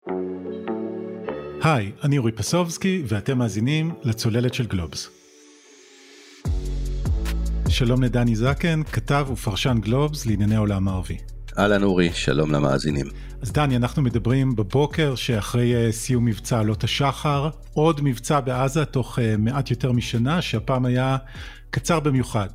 היי, אני אורי פסובסקי ואתם מאזינים לצוללת של גלובס. שלום לדני זקן, כתב ופרשן גלובס לענייני העולם הערבי. אהלן אורי, שלום למאזינים. אז דני, אנחנו מדברים בבוקר שאחרי סיום מבצע עלות השחר, עוד מבצע בעזה תוך מעט יותר משנה, שהפעם היה קצר במיוחד.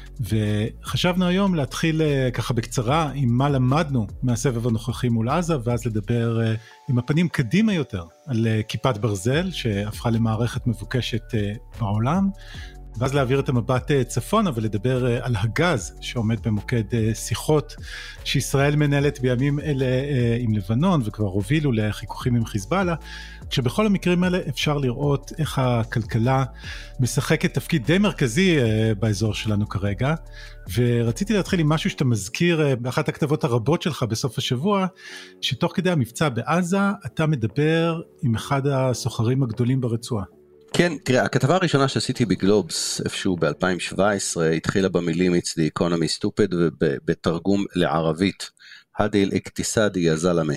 וחשבנו היום להתחיל ככה בקצרה עם מה למדנו מהסבב הנוכחי מול עזה, ואז לדבר עם הפנים קדימה יותר על כיפת ברזל, שהפכה למערכת מבוקשת בעולם, ואז להעביר את המבט צפונה ולדבר על הגז שעומד במוקד שיחות שישראל מנהלת בימים אלה עם לבנון, וכבר הובילו לחיכוכים עם חיזבאללה, כשבכל המקרים האלה אפשר לראות איך הכלכלה משחקת תפקיד די מרכזי באזור שלנו כרגע, ורציתי להתחיל עם משהו שאתה מזכיר באחת הכתבות הרבות שלך בסוף השבוע, שתוך כדי המבצע בעזה אתה מדבר עם אחד הסוחרים הגדולים ברצועה. כן, תראה, הכתבה הראשונה שעשיתי בגלובס, איפשהו ב-2017, התחילה במילים It's the economy stupid, ובתרגום לערבית, הדיל אקטיסאדי יא זלמה.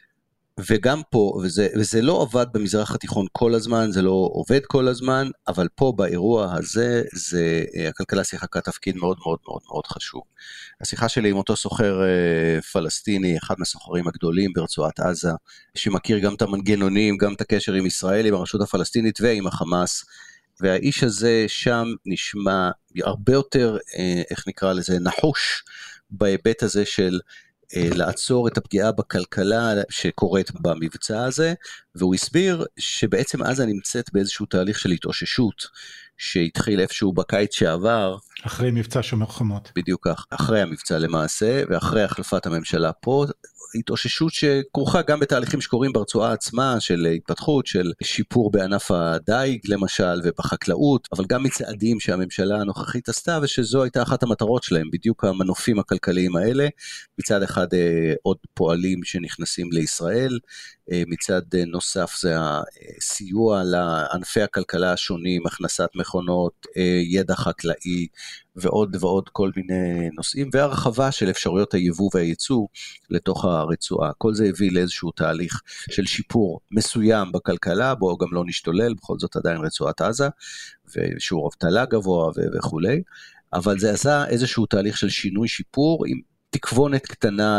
וגם פה, וזה לא עבד במזרח התיכון כל הזמן, זה לא עובד כל הזמן, אבל פה באירוע הזה, הכלכלה שיחקה תפקיד מאוד מאוד מאוד מאוד חשוב. השיחה שלי עם אותו סוחר פלסטיני, אחד מהסוחרים הגדולים ברצועת עזה, שמכיר גם את המנגנונים, גם את הקשר עם ישראל, עם הרשות הפלסטינית ועם החמאס, והאיש הזה שם נשמע הרבה יותר, איך נקרא לזה, נחוש, בהיבט הזה של לעצור את הפגיעה בכלכלה שקורית במבצע הזה, והוא הסביר שבעצם עזה נמצאת באיזשהו תהליך של התאוששות, שהתחיל איפשהו בקיץ שעבר. אחרי מבצע שומר חומות. בדיוק כך, אחרי המבצע למעשה, ואחרי החלפת הממשלה פה, התאוששות שכרוכה גם בתהליכים שקורים ברצועה עצמה, של התפתחות, של שיפור בענף הדייג למשל, ובחקלאות, אבל גם מצעדים שהממשלה הנוכחית עשתה, ושזו הייתה אחת המטרות שלהם, בדיוק המנופים הכלכליים האלה, מצד אחד עוד פועלים שנכנסים לישראל, מצד נוסף זה הסיוע לענפי הכלכלה השונים, הכנסת מכונות, ידע חקלאי, ועוד ועוד כל מיני נושאים, והרחבה של אפשרויות היבוא והייצוא לתוך הרצועה. כל זה הביא לאיזשהו תהליך של שיפור מסוים בכלכלה, בו גם לא נשתולל, בכל זאת עדיין רצועת עזה, ושיעור אבטלה גבוה וכו'. אבל זה עשה איזשהו תהליך של שינוי שיפור, עם תקוונת קטנה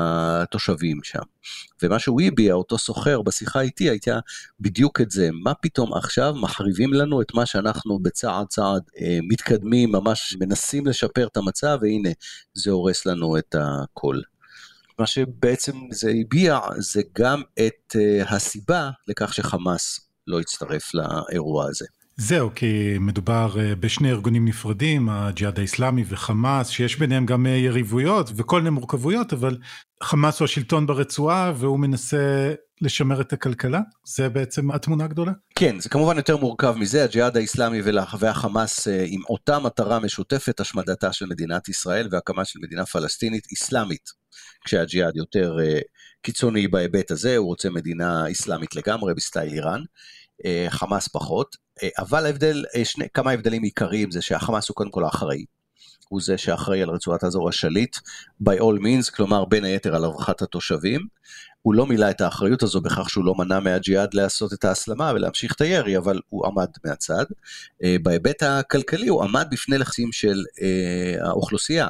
לתושבים שם. ומה שהוא הביע, אותו סוחר בשיחה איתי, הייתה בדיוק את זה. מה פתאום עכשיו מחריבים לנו את מה שאנחנו בצעד צעד מתקדמים, ממש מנסים לשפר את המצב, והנה זה הורס לנו את הכל. מה שבעצם זה הביע, זה גם את הסיבה לכך שחמאס לא יצטרף לאירוע הזה. זהו, כי מדובר בשני ארגונים נפרדים, הג'יהאד האסלאמי וחמאס, שיש ביניהם גם יריבויות וכל מיני מורכבויות, אבל חמאס הוא השלטון ברצועה, והוא מנסה לשמר את הכלכלה? זה בעצם התמונה הגדולה? כן, זה כמובן יותר מורכב מזה, הג'יהאד האסלאמי והחמאס עם אותה מטרה משותפת, השמדתה של מדינת ישראל, והקמה של מדינה פלסטינית אסלאמית, כשהג'יהאד יותר קיצוני בהיבט הזה, הוא רוצה מדינה אסלאמית לגמרי, בסטייל איראן, חמאס פחות, אבל ההבדל, כמה הבדלים עיקריים, זה שהחמאס הוא קודם כל האחראי, הוא זה שאחראי על רצועת עזה, השליט, by all means, כלומר בין היתר על רווחת התושבים, הוא לא מילא את האחריות הזו בכך שהוא לא מנע מהג'יהאד לעשות את ההסלמה ולהמשיך את הירי, אבל הוא עמד מהצד. בהיבט הכלכלי הוא עמד בפני לחצים של האוכלוסייה.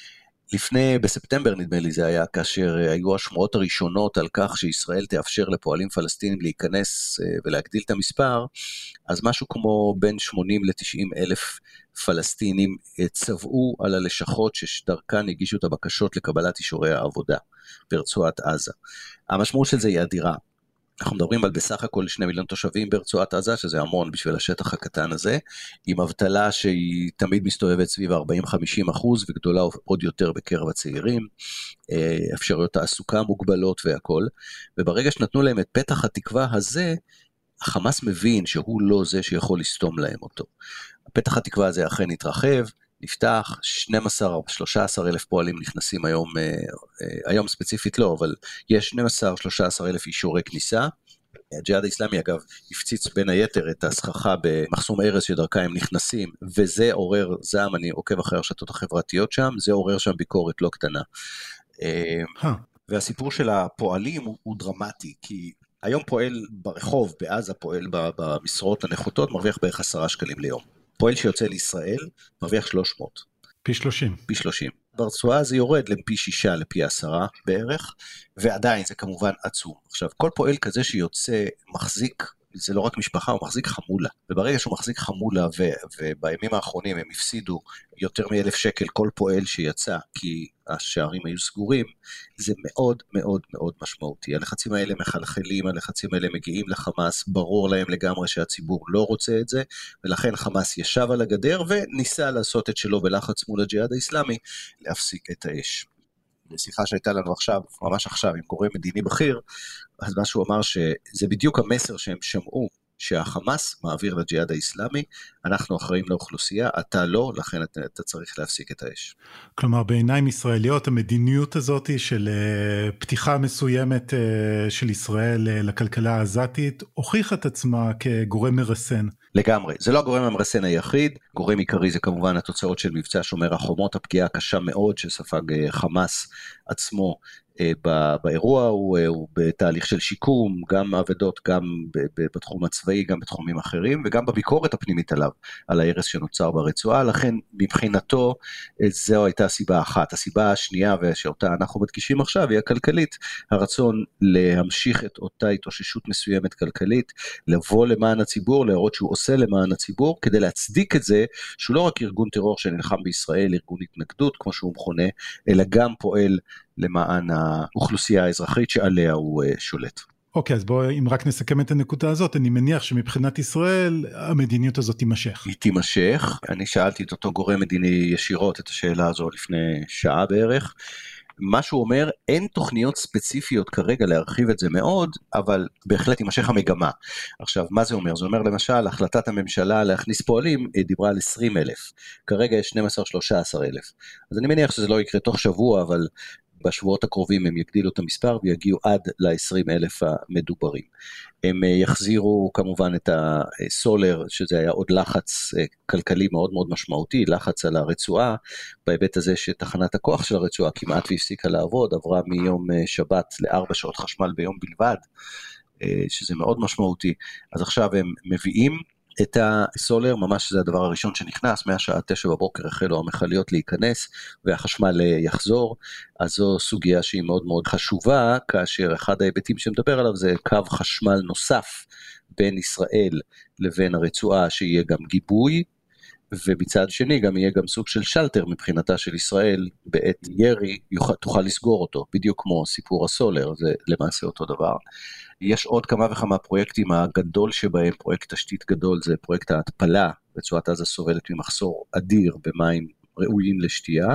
בספטמבר נדמה לי זה היה, כאשר היו השמועות הראשונות על כך שישראל תאפשר לפועלים פלסטינים להיכנס ולהגדיל את המספר, אז משהו כמו בין 80 ל-90 אלף פלסטינים צבעו על הלשכות שדרכן הגישו את הבקשות לקבלת אישורי העבודה ברצועת עזה. המשמעות של זה היא אדירה. אנחנו מדברים על בסך הכל 2 מיליון תושבים ברצועת עזה, שזה המון בשביל השטח הקטן הזה, עם אבטלה שהיא תמיד מסתובבת סביב 40-50%, וגדולה עוד יותר בקרב הצעירים, אפשרויות תעסוקה מוגבלות והכל, וברגע שנתנו להם את פתח התקווה הזה, החמאס מבין שהוא לא זה שיכול לסתום להם אותו. פתח התקווה הזה אכן התרחב, נפתח, 12-13 אלף פועלים נכנסים היום ספציפית לא, אבל יש 12-13 אלף אישורי כניסה. הג'יהאד האסלאמי אגב הפציץ בין היתר את הסככה במחסום ארז שדרכה הם נכנסים, וזה עורר זעם, אני עוקב אחרי הרשתות החברתיות שם, זה עורר שם ביקורת לא קטנה. והסיפור של הפועלים הוא דרמטי, כי היום פועל ברחוב, בעזה פועל במשרות הנחותות, מרוויח בערך 10 שקלים ליום. פועל שיוצא לישראל, מרוויח 300. פי 30. פי 30. ברצועה זה יורד לפי 6, לפי 10 בערך, ועדיין זה כמובן עצום. עכשיו, כל פועל כזה שיוצא מחזיק, זה לא רק משפחה, הוא מחזיק חמולה, וברגע שהוא מחזיק חמולה, ובימים האחרונים הם הפסידו יותר מ1,000 שקל כל פועל שיצא, כי השערים היו סגורים, זה מאוד מאוד מאוד משמעותי. הלחצים האלה מחלחלים, הלחצים האלה מגיעים לחמאס, ברור להם לגמרי שהציבור לא רוצה את זה, ולכן חמאס ישב על הגדר, וניסה לעשות את שלו בלחץ מול הג'יהאד האסלאמי, להפסיק את האש. בשיחה שהייתה לנו עכשיו, ממש עכשיו, עם גורם מדיני בכיר, אז מה שהוא אמר שזה בדיוק המסר שהם שמעו, שהחמאס מעביר לג'יהאד האסלאמי, אנחנו אחראים לאוכלוסייה, אתה לא, לכן אתה צריך להפסיק את האש. כלומר, בעיניים ישראליות, המדיניות הזאת של פתיחה מסוימת של ישראל לכלכלה העזתית, הוכיחה את עצמה כגורם מרסן. לגמרי, זה לא הגורם המרסן היחיד, גורם עיקרי זה כמובן התוצאות של מבצע שומר החומות, הפגיעה הקשה מאוד שספג חמאס עצמו באירוע, הוא בתהליך של שיקום, גם עבדות, גם בתחום הצבאי, גם בתחומים אחרים, וגם בביקורת הפנימית עליו, על ההרס שנוצר ברצועה, לכן מבחינתו זו הייתה סיבה אחת. הסיבה השנייה, ושאותה אנחנו מדגישים עכשיו, היא הכלכלית, הרצון להמשיך את אותה התאוששות מסוימת כלכלית, לבוא למען הציבור, להראות שהוא עושה למען הציבור, כדי להצדיק את זה, שהוא לא רק ארגון טרור שנלחם בישראל, ארגון התנגדות, כמו שהוא מכונה, אלא גם פועל למען האוכלוסייה האזרחית שעליה הוא שולט. אוקיי, אז בואו, אם רק נסכם את הנקודה הזאת, אני מניח שמבחינת ישראל, המדיניות הזאת תימשך. היא תימשך. אני שאלתי את אותו גורם מדיני ישירות את השאלה הזו לפני שעה בערך. מה שהוא אומר, אין תוכניות ספציפיות כרגע להרחיב את זה מאוד, אבל בהחלט יימשך המגמה. עכשיו, מה זה אומר? זה אומר למשל, החלטת הממשלה להכניס פועלים, דיברה על 20,000. כרגע יש 12,000-13,000. אז אני מניח שזה לא יקרה תוך שבוע, אבל בשבועות הקרובים הם יגדילו את המספר ויגיעו עד ל-20,000 המדוברים. הם יחזירו כמובן את הסולר, שזה היה עוד לחץ כלכלי מאוד מאוד משמעותי, לחץ על הרצועה, בהיבט הזה שתחנת הכוח של הרצועה כמעט והפסיקה לעבוד, עברה מיום שבת ל4 שעות חשמל ביום בלבד, שזה מאוד משמעותי. אז עכשיו הם מביאים את הסולר, ממש זה הדבר הראשון שנכנס, מהשעה 9 בבוקר החלו המכליות להיכנס, והחשמל יחזור, אז זו סוגיה שהיא מאוד מאוד חשובה, כאשר אחד ההיבטים שמדבר עליו זה קו חשמל נוסף, בין ישראל לבין הרצועה, שיהיה גם גיבוי, ובצד שני גם יהיה גם סוג של שלטר מבחינתה של ישראל, בעת ירי תוכל לסגור אותו, בדיוק כמו סיפור הסולר, זה למעשה אותו דבר. יש עוד כמה וכמה פרויקטים, הגדול שבהם, פרויקט תשתית גדול, זה פרויקט ההתפלה, רצועת עזה סובלת ממחסור אדיר במים ראויים לשתייה,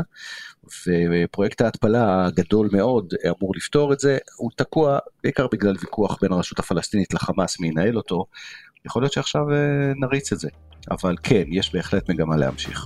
ופרויקט ההתפלה הגדול מאוד אמור לפתור את זה, הוא תקוע בעיקר בגלל ויכוח בין הרשות הפלסטינית לחמאס מי ינהל אותו, יכול להיות שעכשיו נריץ את זה, אבל כן, יש בהחלט מגמה להמשיך.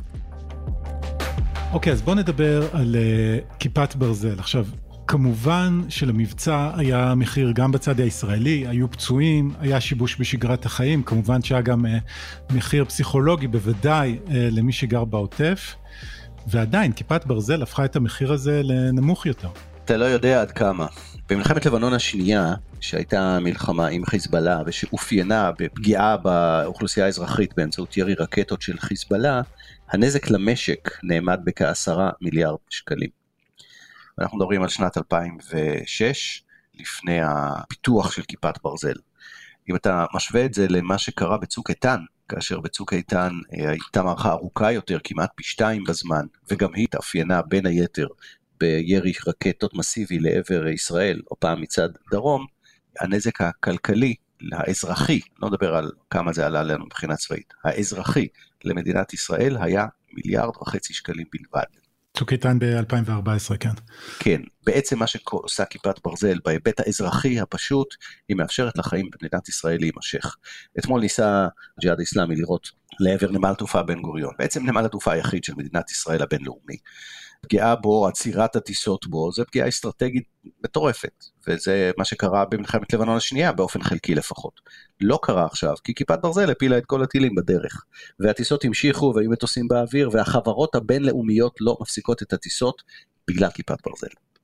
אוקיי, אז בוא נדבר על כיפת ברזל. עכשיו, כמובן שלמבצע היה מחיר גם בצד הישראלי, היו פצועים, היה שיבוש בשגרת החיים, כמובן שהיה גם מחיר פסיכולוגי, בוודאי למי שגר בעוטף, ועדיין כיפת ברזל הפכה את המחיר הזה לנמוך יותר. אתה לא יודע עד כמה. במלחמת לבנון השנייה, שהייתה מלחמה עם חיזבאללה, ושאופיינה בפגיעה באוכלוסייה האזרחית באמצעות ירי רקטות של חיזבאללה, הנזק למשק נאמד בכ10 מיליארד שקלים. אנחנו מדברים על שנת 2006, לפני הפיתוח של כיפת ברזל. אם אתה משווה את זה למה שקרה בצוק איתן, כאשר בצוק איתן הייתה מערכה ארוכה יותר, כמעט פי 2 בזמן, וגם היא התאפיינה בין היתר בירי רקטות מסיבי לעבר ישראל, או פעם מצד דרום, הנזק הכלכלי, האזרחי, לא מדבר על כמה זה עלה לנו מבחינה צבאית, האזרחי למדינת ישראל היה 1.5 מיליארד שקלים בלבד. צוק איתן ב-2014, כן. כן, בעצם מה שעושה כיפת ברזל, בהיבט האזרחי הפשוט, היא מאפשרת לחיים במדינת ישראל להימשך. אתמול ניסה הג'יהאד האסלאמי לראות לעבר נמל התעופה בן גוריון, בעצם נמל התעופה היחיד של מדינת ישראל הבינלאומי. פגיעה בו, עצירת הטיסות בו, זה פגיעה אסטרטגית מטורפת, וזה מה שקרה במלחמת לבנון השנייה, באופן חלקי לפחות. לא קרה עכשיו, כי כיפת ברזל הפילה את כל הטילים בדרך, והטיסות המשיכו והיו מטוסים באוויר, והחברות הבינלאומיות לא מפסיקות את הטיסות בגלל כיפת ברזל.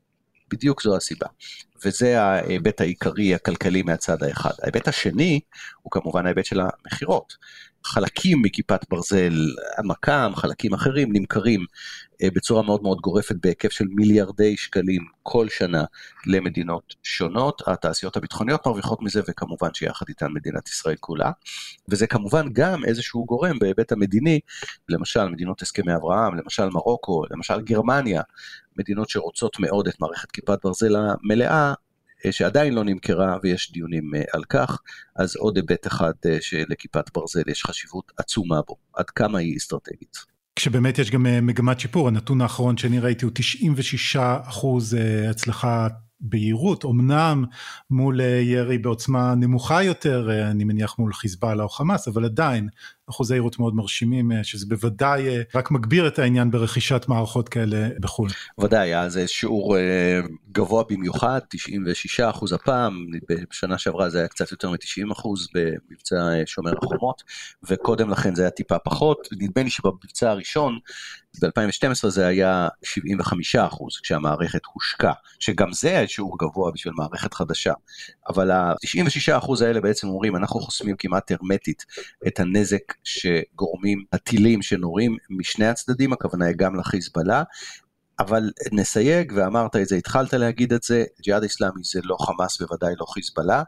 בדיוק זו הסיבה. וזה ההיבט העיקרי הכלכלי מהצד האחד. ההיבט השני הוא כמובן ההיבט של המחירות. חלקים מכיפת ברזל, המקם, חלקים אחרים נמכרים בצורה מאוד מאוד גורפת בהיקף של מיליארדי שקלים כל שנה למדינות שונות. התעשיות הביטחוניות מרוויחות מזה, וכמובן שיחד איתן מדינת ישראל כולה. וזה כמובן גם איזשהו גורם בהיבט המדיני, למשל מדינות הסכמי אברהם, למשל מרוקו, למשל גרמניה, מדינות שרוצות מאוד את מערכת כיפת ברזל המלאה, שעדיין לא נמכרה ויש דיונים על כך. אז עוד היבט אחד שלכיפת ברזל יש חשיבות עצומה בו, עד כמה היא אסטרטגית. כשבאמת יש גם מגמת שיפור, הנתון האחרון שאני ראיתי הוא 96% הצלחה בהירות, אמנם מול ירי בעוצמה נמוכה יותר, אני מניח מול חיזבאללה או חמאס, אבל עדיין אחוזי הירות מאוד מרשימים, שזה בוודאי רק מגביר את העניין ברכישת מערכות כאלה בחו"ל. ודאי, זה שיעור גבוה במיוחד, 96% הפעם, בשנה שעברה זה היה קצת יותר מ-90% במבצע שומר החומות, וקודם לכן זה היה טיפה פחות. נדמה לי שבמבצע הראשון, ב-2012 זה היה 75%, כשהמערכת הושקה, שגם זה היה שיעור גבוה בשביל מערכת חדשה, אבל ה-96% האלה בעצם אומרים, אנחנו חוסמים כמעט הרמטית את הנזק שגורמים הטילים שנורים משני הצדדים, הכוונה היא גם לחיזבאללה. אבל נסייג, ואמרת את זה, התחלת להגיד את זה, ג'יהאד האסלאמי זה לא חמאס, בוודאי לא חיזבאללה,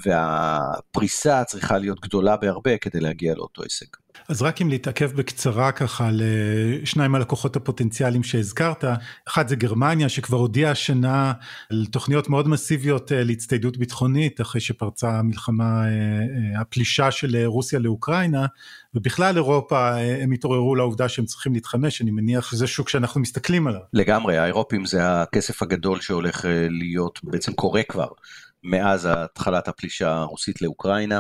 והפריסה צריכה להיות גדולה בהרבה כדי להגיע לאותו הישג. אז רק אם להתעכב בקצרה ככה לשניים הלקוחות הפוטנציאליים שהזכרת, אחד זה גרמניה שכבר הודיעה השנה על תוכניות מאוד מסיביות להצטיידות ביטחונית, אחרי שפרצה המלחמה, הפלישה של רוסיה לאוקראינה, ובכלל אירופה הם התעוררו לעובדה שהם צריכים להתחמש, אני מניח שזה שוק שאנחנו מסתכלים עליו. לגמרי, האירופים זה הכסף הגדול שהולך להיות, בעצם קורה כבר, מאז התחלת הפלישה הרוסית לאוקראינה.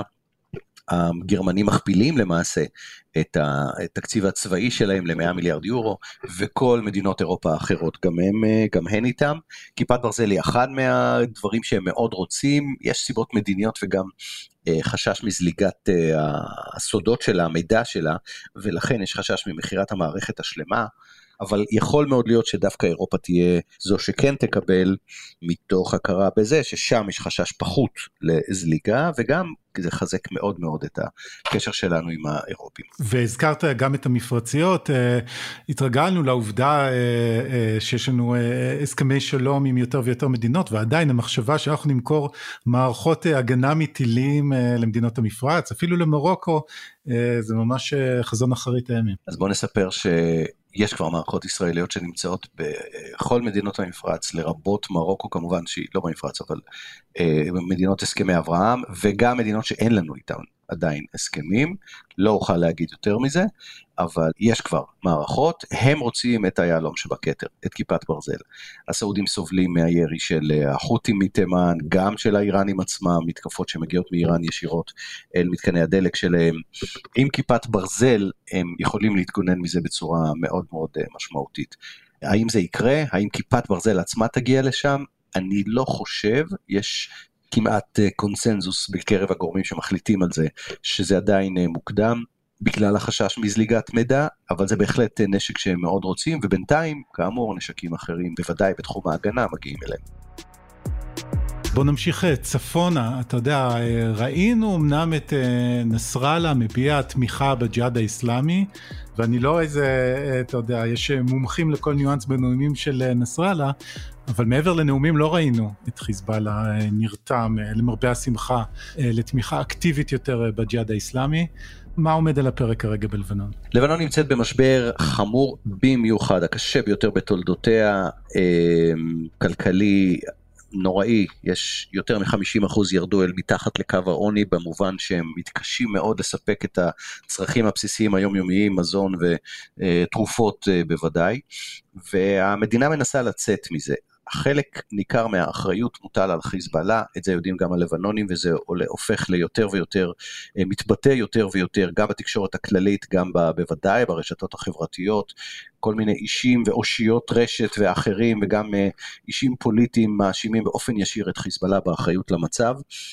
הגרמנים מכפילים למעשה את התקציב הצבאי שלהם ל100 מיליארד יורו, וכל מדינות אירופה האחרות גם הן איתם. כיפת ברזל היא אחד מהדברים שהם מאוד רוצים, יש סיבות מדיניות וגם חשש מזליגת הסודות שלה, המידע שלה, ולכן יש חשש ממחירת המערכת השלמה, אבל יכול מאוד להיות שדווקא אירופה תהיה זו שכן תקבל, מתוך הכרה בזה ששם יש חשש פחות לזליגה, וגם זה חזק מאוד מאוד את הקשר שלנו עם האירופים. והזכרת גם את המפרציות, התרגלנו לעובדה שיש לנו הסכמי שלום עם יותר ויותר מדינות, ועדיין המחשבה שאנחנו נמכור מערכות הגנה מטילים למדינות המפרץ, אפילו למרוקו, זה ממש חזון אחרית הימים. אז בוא נספר יש כבר מערכות ישראליות שנמצאות בכל מדינות המפרץ, לרבות מרוקו כמובן, שהיא לא במפרץ, אבל מדינות הסכמי אברהם, וגם מדינות שאין לנו איתן עדיין הסכמים, לא אוכל להגיד יותר מזה, אבל יש כבר מערכות, הם רוצים את היהלום שבכתר, את כיפת ברזל. הסעודים סובלים מהירי של החות'ים מתימן, גם של האיראנים עצמם, מתקפות שמגיעות מאיראן ישירות אל מתקני הדלק שלהם. עם כיפת ברזל הם יכולים להתגונן מזה בצורה מאוד מאוד משמעותית. האם זה יקרה? האם כיפת ברזל עצמה תגיע לשם? אני לא חושב, יש כמעט קונסנזוס בקרב הגורמים שמחליטים על זה, שזה עדיין מוקדם, בגלל החשש מזליגת מידע, אבל זה בהחלט נשק שהם מאוד רוצים, ובינתיים, כאמור, נשקים אחרים, בוודאי בתחום ההגנה, מגיעים אליהם. בוא נמשיך צפונה, אתה יודע, ראינו אמנם את נסראללה מביע תמיכה בג'יהאד האסלאמי, ואני לא אתה יודע, יש מומחים לכל ניואנס בנאומים של נסראללה, אבל מעבר לנאומים לא ראינו את חיזבאללה נרתם, למרבה השמחה, לתמיכה אקטיבית יותר בג'יהאד האסלאמי. מה עומד על הפרק כרגע בלבנון? לבנון נמצאת במשבר חמור במיוחד, הקשה ביותר בתולדותיה, כלכלי נוראי, יש יותר מ-50% ירדו אל מתחת לקו העוני, במובן שהם מתקשים מאוד לספק את הצרכים הבסיסיים היומיומיים, מזון ותרופות בוודאי, והמדינה מנסה לצאת מזה. חלק ניכר מהאחריות מוטל על חיזבאללה, את זה יודעים גם הלבנונים, וזה הופך ליותר ויותר, מתבטא יותר ויותר, גם בתקשורת הכללית, גם בוודאי ברשתות החברתיות, כל מיני אישים ואושיות רשת ואחרים, וגם אישים פוליטיים מאשימים באופן ישיר את חיזבאללה באחריות למצב,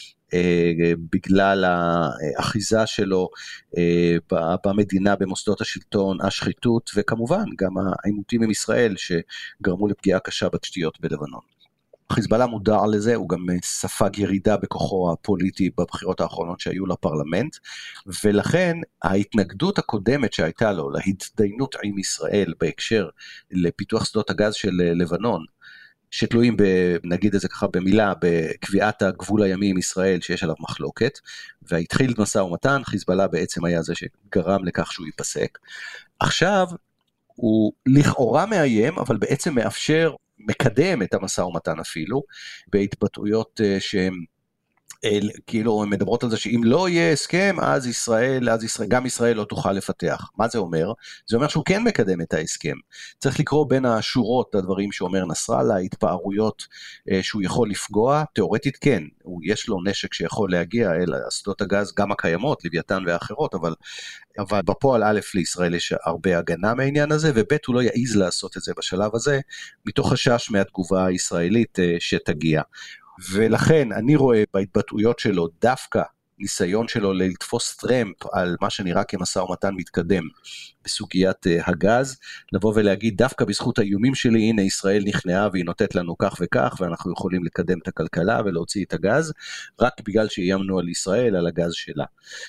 בגלל האחיזה שלו במדינה, במוסדות השלטון, השחיתות, וכמובן גם העימותים עם ישראל שגרמו לפגיעה קשה בתשתיות בלבנון. חיזבאללה מודע לזה, הוא גם ספג ירידה בכוחו הפוליטי בבחירות האחרונות שהיו לפרלמנט, ולכן ההתנגדות הקודמת שהייתה לו להתדיינות עם ישראל בהקשר לפיתוח שדות הגז של לבנון, שתלויים, נגיד את זה ככה במילה, בקביעת הגבול הימי עם ישראל שיש עליו מחלוקת, והתחיל משא ומתן, חיזבאללה בעצם היה זה שגרם לכך שהוא ייפסק. עכשיו הוא לכאורה מאיים, אבל בעצם מאפשר, מקדם את המשא ומתן אפילו, בהתבטאויות שהן, כאילו מדברות על זה שאם לא יהיה הסכם, אז ישראל, גם ישראל לא תוכל לפתח. מה זה אומר? זה אומר שהוא כן מקדם את ההסכם. צריך לקרוא בין השורות הדברים שאומר נסראללה, התפארויות שהוא יכול לפגוע, תיאורטית כן, יש לו נשק שיכול להגיע אל שדות הגז, גם הקיימות, לוויתן ואחרות, אבל בפועל א' לישראל יש הרבה הגנה מהעניין הזה, וב' הוא לא יעיז לעשות את זה בשלב הזה, מתוך חשש מהתגובה הישראלית שתגיע. ולכן אני רואה בהתבטאויות שלו דווקא ניסיון שלו לתפוס טרמפ על מה שנראה כמשא ומתן מתקדם בסוגיית הגז, לבוא ולהגיד דווקא בזכות האיומים שלי, הנה ישראל נכנעה והיא נותנת לנו כך וכך, ואנחנו יכולים לקדם את הכלכלה ולהוציא את הגז, רק בגלל שאיימנו על ישראל, על הגז שלה.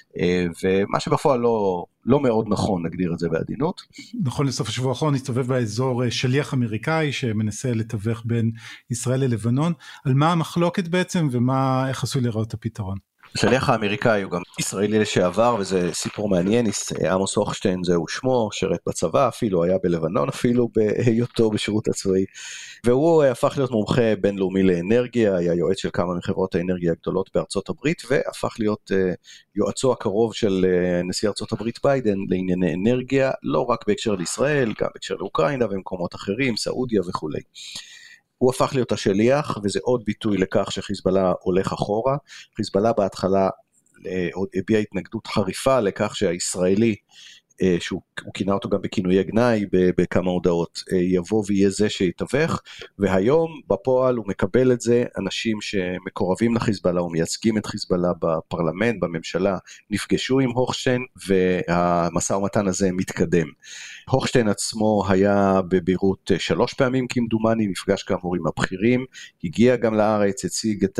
ומה שבפועל לא מאוד נכון, נגדיר את זה בעדינות. נכון, לסוף השבוע האחרון הסתובב באזור שליח אמריקאי, שמנסה לתווך בין ישראל ללבנון, על מה המחלוקת בעצם, ואיך עשוי לראות את הפתרון. השליח האמריקאי הוא גם ישראלי לשעבר, וזה סיפור מעניין, עמוס הוכשטיין זהו שמו, שרת בצבא, אפילו היה בלבנון, אפילו בהיותו בשירות הצבאי, והוא הפך להיות מומחה בינלאומי לאנרגיה, היה יועץ של כמה מחברות האנרגיה הגדולות בארצות הברית, והפך להיות יועצו הקרוב של נשיא ארצות הברית ביידן לענייני אנרגיה, לא רק בהקשר לישראל, גם בהקשר לאוקראינה ומקומות אחרים, סעודיה וכו'. הוא הפך להיות השליח, וזה עוד ביטוי לכך שחיזבאללה הולך אחורה. חיזבאללה בהתחלה הביע התנגדות חריפה לכך שהישראלי, שהוא כינה אותו גם בכינויי גנאי בכמה הודעות, יבוא ויהיה זה שיתווך, והיום בפועל הוא מקבל את זה, אנשים שמקורבים לחיזבאללה ומייצגים את חיזבאללה בפרלמנט, בממשלה, נפגשו עם הוכשטיין, והמשא ומתן הזה מתקדם. הוכשטיין עצמו היה בבירות 3 פעמים כמדומני, נפגש כאמור עם הבכירים, הגיע גם לארץ, הציג את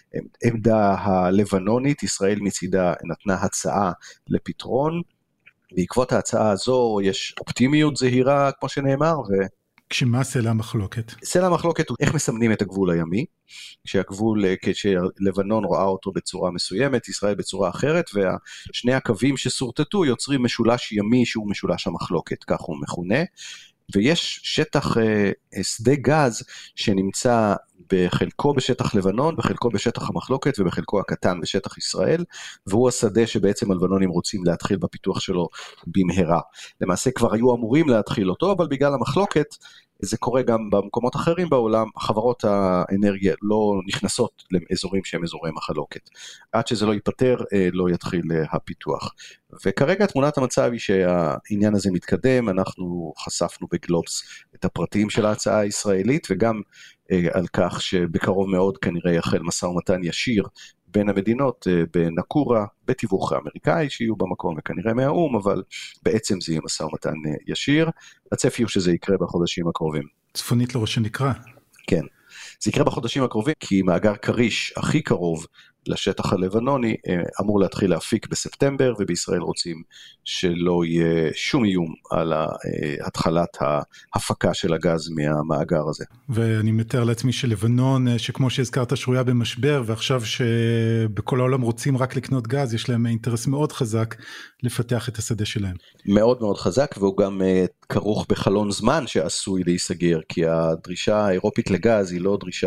העמדה הלבנונית, ישראל מצידה נתנה הצעה לפתרון, בעקבות ההצעה הזו יש אופטימיות זהירה, כמו שנאמר, כשמה סלע המחלוקת? סלע המחלוקת הוא איך מסמנים את הגבול הימי, כשהגבול, כשלבנון רואה אותו בצורה מסוימת, ישראל בצורה אחרת, ושני הקווים שסורטטו יוצרים משולש ימי שהוא משולש המחלוקת, כך הוא מכונה, ויש שטח שדה גז שנמצא בחלקו בשטח לבנון, בחלקו בשטח המחלוקת ובחלקו הקטן בשטח ישראל, והוא השדה שבעצם הלבנונים רוצים להתחיל בפיתוח שלו במהרה. למעשה כבר היו אמורים להתחיל אותו, אבל בגלל המחלוקת, זה קורה גם במקומות אחרים בעולם, חברות האנרגיה לא נכנסות לאזורים שהם אזורי מחלוקת. עד שזה לא ייפטר, לא יתחיל הפיתוח. וכרגע תמונת המצב היא שהעניין הזה מתקדם, אנחנו חשפנו בגלובס את הפרטים של ההצעה הישראלית, וגם על כך שבקרוב מאוד כנראה יחל משא ומתן ישיר בין המדינות בנקורה, בתיווך האמריקאי שיהיו במקום וכנראה מהאום, אבל בעצם זה יהיה משא ומתן ישיר, הצפי הוא שזה יקרה בחודשים הקרובים. צפונית לראש הנקרה. כן, זה יקרה בחודשים הקרובים, כי מאגר קריש הכי קרוב לשטח הלבנוני אמור להתחיל להפיק בספטמבר, ובישראל רוצים שלא יהיה שום איום על התחלת ההפקה של הגז מהמאגר הזה. ואני מתאר לעצמי שלבנון, שכמו שהזכרת שרויה במשבר, ועכשיו שבכל העולם רוצים רק לקנות גז, יש להם אינטרס מאוד חזק לפתח את השדה שלהם. מאוד מאוד חזק, והוא גם כרוך בחלון זמן שעשוי להיסגר, כי הדרישה האירופית לגז היא לא דרישה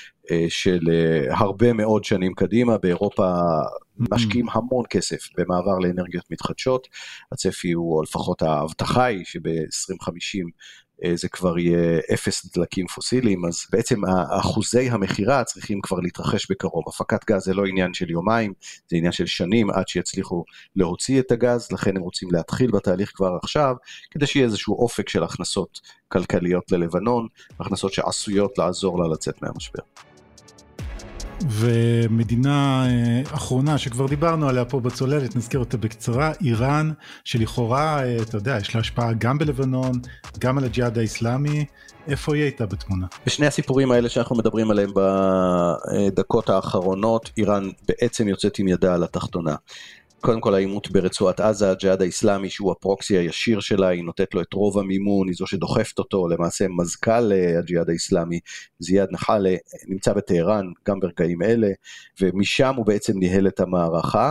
של הרבה מאוד שנים קדימה. באירופה משקיעים המון כסף במעבר לאנרגיות מתחדשות, הצפי הוא, או לפחות ההבטחה היא שב-2050 זה כבר יהיה 0 דלקים פוסיליים, אז בעצם אחוזי המחירה צריכים כבר להתרחש בקרוב. הפקת גז זה לא עניין של יומיים, זה עניין של שנים עד שיצליחו להוציא את הגז, לכן הם רוצים להתחיל בתהליך כבר עכשיו, כדי שיהיה איזשהו אופק של הכנסות כלכליות ללבנון, הכנסות שעשויות לעזור לה לצאת מהמשבר. ומדינה אחרונה שכבר דיברנו עליה פה בצוללת, נזכיר אותה בקצרה, איראן, שלכאורה, אתה יודע, יש לה השפעה גם בלבנון, גם על הג'יהאד האסלאמי, איפה היא הייתה בתמונה? בשני הסיפורים האלה שאנחנו מדברים עליהם בדקות האחרונות, איראן בעצם יוצאת עם ידה על התחתונה. קודם כל העימות ברצועת עזה, הג'יהאד האסלאמי שהוא הפרוקסי הישיר שלה, היא נותנת לו את רוב המימון, היא זו שדוחפת אותו, למעשה מזכ"ל הג'יהאד האסלאמי, זיאד נחלה, נמצא בטהרן גם ברגעים אלה, ומשם הוא בעצם ניהל את המערכה,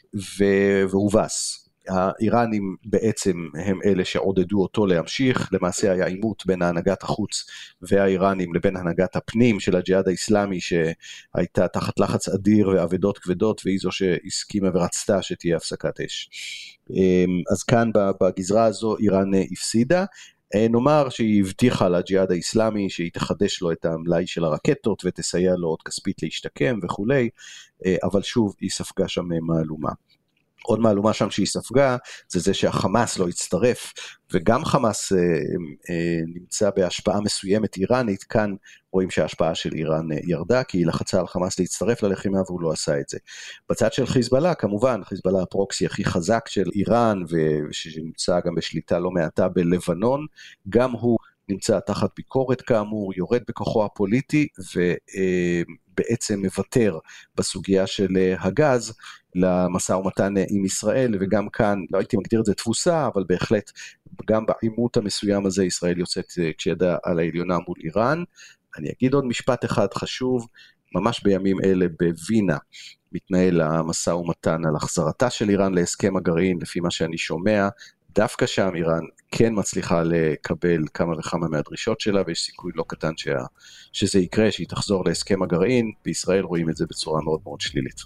והובס. האיראנים בעצם הם אלה שעודדו אותו להמשיך, למעשה היה עימות בין הנהגת החוץ והאיראנים לבין הנהגת הפנים של הג'יהאד האסלאמי שהייתה תחת לחץ אדיר ועבדות כבדות, והיא זו שהסכימה ורצתה שתהיה הפסקת אש. אז כאן בגזרה הזו איראן הפסידה, נאמר שהיא הבטיחה לג'יהאד האסלאמי שהיא תחדש לו את המלאי של הרקטות ותסייע לו עוד כספית להשתקם וכולי, אבל שוב היא ספגה שם מהלומה. עוד מהלומה שם שהיא ספגה, זה שהחמאס לא הצטרף, וגם חמאס נמצא בהשפעה מסוימת איראנית, כאן רואים שההשפעה של איראן ירדה, כי היא לחצה על חמאס להצטרף ללחימה, והוא לא עשה את זה. בצד של חיזבאללה, כמובן, חיזבאללה הפרוקסי הכי חזק של איראן, ושנמצא גם בשליטה לא מעטה בלבנון, גם הוא נמצא תחת ביקורת כאמור, יורד בכוחו הפוליטי, ובעצם מוותר בסוגיה של הגז, למשא ומתן עם ישראל, וגם כאן, לא הייתי מגדיר את זה תבוסה, אבל בהחלט גם בעימות המסוים הזה, ישראל יוצאת כשידה על העליונה מול איראן. אני אגיד עוד משפט אחד חשוב, ממש בימים אלה בווינה, מתנהל המשא ומתן על החזרתה של איראן להסכם הגרעין, לפי מה שאני שומע, דווקא שם איראן כן מצליחה לקבל כמה וכמה מהדרישות שלה, ויש סיכוי לא קטן שזה יקרה, שהיא תחזור להסכם הגרעין, בישראל רואים את זה בצורה מאוד מאוד שלילית.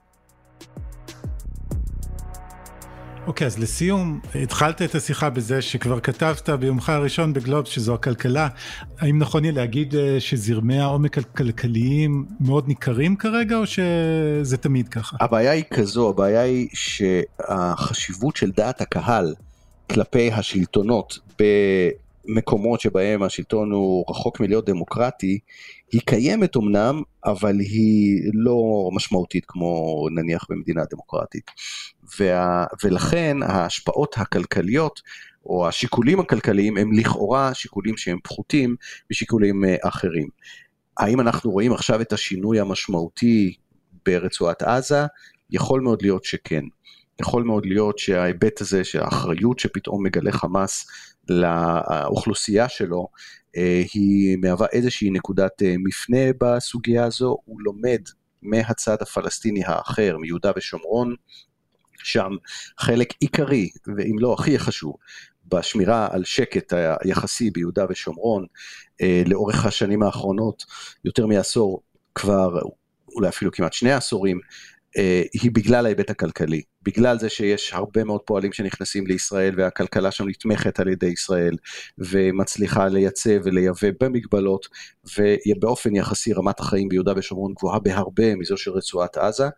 אוקיי, אז לסיום, התחלת את השיחה בזה שכבר כתבת ביומך הראשון בגלובס שזו הכלכלה. האם נכון יהיה להגיד שזרמי העומק הכלכליים מאוד ניכרים כרגע, או שזה תמיד ככה? הבעיה היא כזו, הבעיה היא שהחשיבות של דעת הקהל כלפי השלטונות במקומות שבהם השלטון הוא רחוק מלהיות דמוקרטי, היא קיימת אמנם, אבל היא לא משמעותית כמו נניח במדינה דמוקרטית. ולכן ההשפעות הכלכליות, או השיקולים הכלכליים, הם לכאורה שיקולים שהם פחותים משיקולים אחרים. האם אנחנו רואים עכשיו את השינוי המשמעותי ברצועת עזה? יכול מאוד להיות שכן. יכול מאוד להיות שההיבט הזה, שהאחריות שפתאום מגלה חמאס לאוכלוסייה שלו, היא מהווה איזושהי נקודת מפנה בסוגיה הזו. הוא לומד מהצד הפלסטיני האחר, מיהודה ושומרון, שם חלק עיקרי, ואם לא הכי חשוב, בשמירה על שקט היחסי ביהודה ושומרון, לאורך השנים האחרונות, יותר מעשור, כבר אולי אפילו כמעט 2 עשורים, היא בגלל ההיבט הכלכלי, בגלל זה שיש הרבה מאוד פועלים שנכנסים לישראל, והכלכלה שם נתמכת על ידי ישראל, ומצליחה לייצא ולייבא במגבלות, ובאופן יחסי רמת החיים ביהודה ושומרון גבוהה בהרבה מזו של רצועת עזה,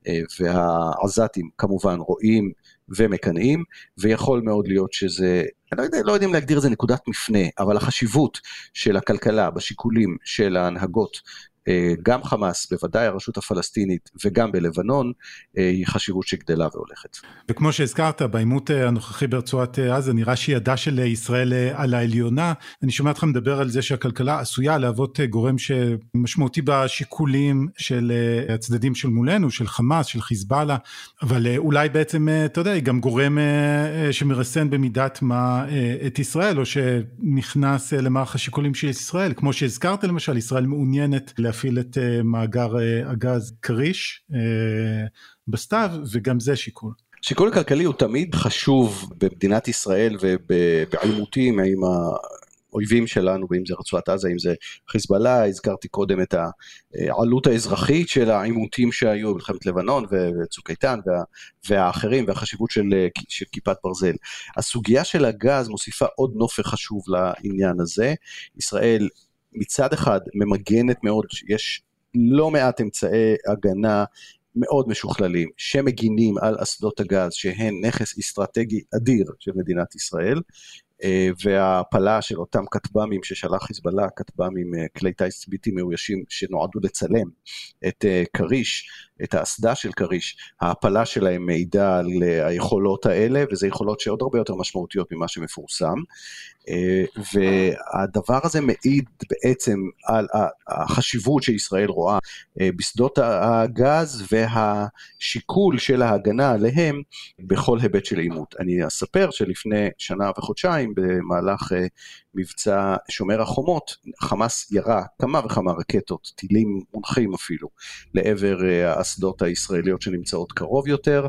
והעזתים כמובן רואים ומקנאים, ויכול מאוד להיות שזה, לא יודעים להגדיר את זה נקודת מפנה, אבל החשיבות של הכלכלה בשיקולים של ההנהגות, גם חמאס, בוודאי הרשות הפלסטינית וגם בלבנון, היא חשיבות שגדלה והולכת. וכמו שהזכרת, בעימות הנוכחי ברצועת עזה, נראה שידה של ישראל על העליונה. אני שומע אותך מדבר על זה שהכלכלה עשויה להוות גורם שמשמעותי בשיקולים של הצדדים של מולנו, של חמאס, של חיזבאללה, אבל אולי בעצם, אתה יודע, היא גם גורם שמרסן במידת מה את ישראל, או שנכנס למערך השיקולים של ישראל. כמו שהזכרת למשל, ישראל מעוניינת להפעיל את מאגר הגז קריש בסתיו, וגם זה שיקול. שיקול כלכלי הוא תמיד חשוב במדינת ישראל ובעימותים עם האויבים שלנו, ואם זה רצועת עזה, אם זה חיזבאללה. הזכרתי קודם את העלות האזרחית של העימותים שהיו במלחמת לבנון וצוק איתן והאחרים, והחשיבות של כיפת ברזל. הסוגיה של הגז מוסיפה עוד נופך חשוב לעניין הזה. ישראל מצד אחד ממגנת מאוד, יש לא מעט אמצעי הגנה מאוד משוכללים, שמגינים על אסדות הגז, שהן נכס אסטרטגי אדיר של מדינת ישראל, וההפלה של אותם כטב"מים ששלח חיזבאללה, כטב"מים כלי טייס בלתי מאוישים שנועדו לצלם את קריש, את האסדה של קריש, ההפלה שלהם מעידה על היכולות האלה, וזה יכולות שעוד הרבה יותר משמעותיות ממה שמפורסם, והדבר הזה מעיד בעצם על החשיבות שישראל רואה בשדות הגז והשיקול של ההגנה עליהם בכל היבט של עימות. אני אספר שלפני שנה וחודשיים במהלך מבצע שומר החומות, חמאס ירה כמה וכמה רקטות, טילים מונחים אפילו, לעבר האסדות הישראליות שנמצאות קרוב יותר,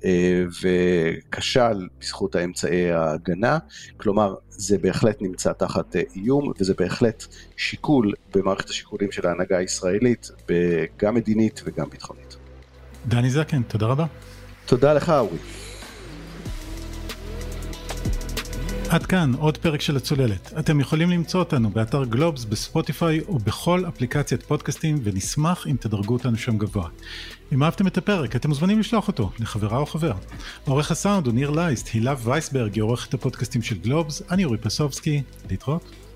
וכשל בזכות האמצעי ההגנה, כלומר זה בהחלט נמצא תחת איום, וזה בהחלט שיקול במערכת השיקולים של ההנהגה הישראלית, גם מדינית וגם ביטחונית. דני זקן, תודה רבה. תודה לך אורי. עד כאן עוד פרק של הצוללת. אתם יכולים למצוא אותנו באתר גלובס, בספוטיפיי או בכל אפליקציית פודקאסטים, ונשמח אם תדרגו אותנו שם גבוה. אם אהבתם את הפרק, אתם מוזמנים לשלוח אותו לחברה או חבר. עורך הסאונד הוא ניר לייסט, הילה וייסברג היא עורכת הפודקאסטים של גלובס, אני אורי פסובסקי, להתראות.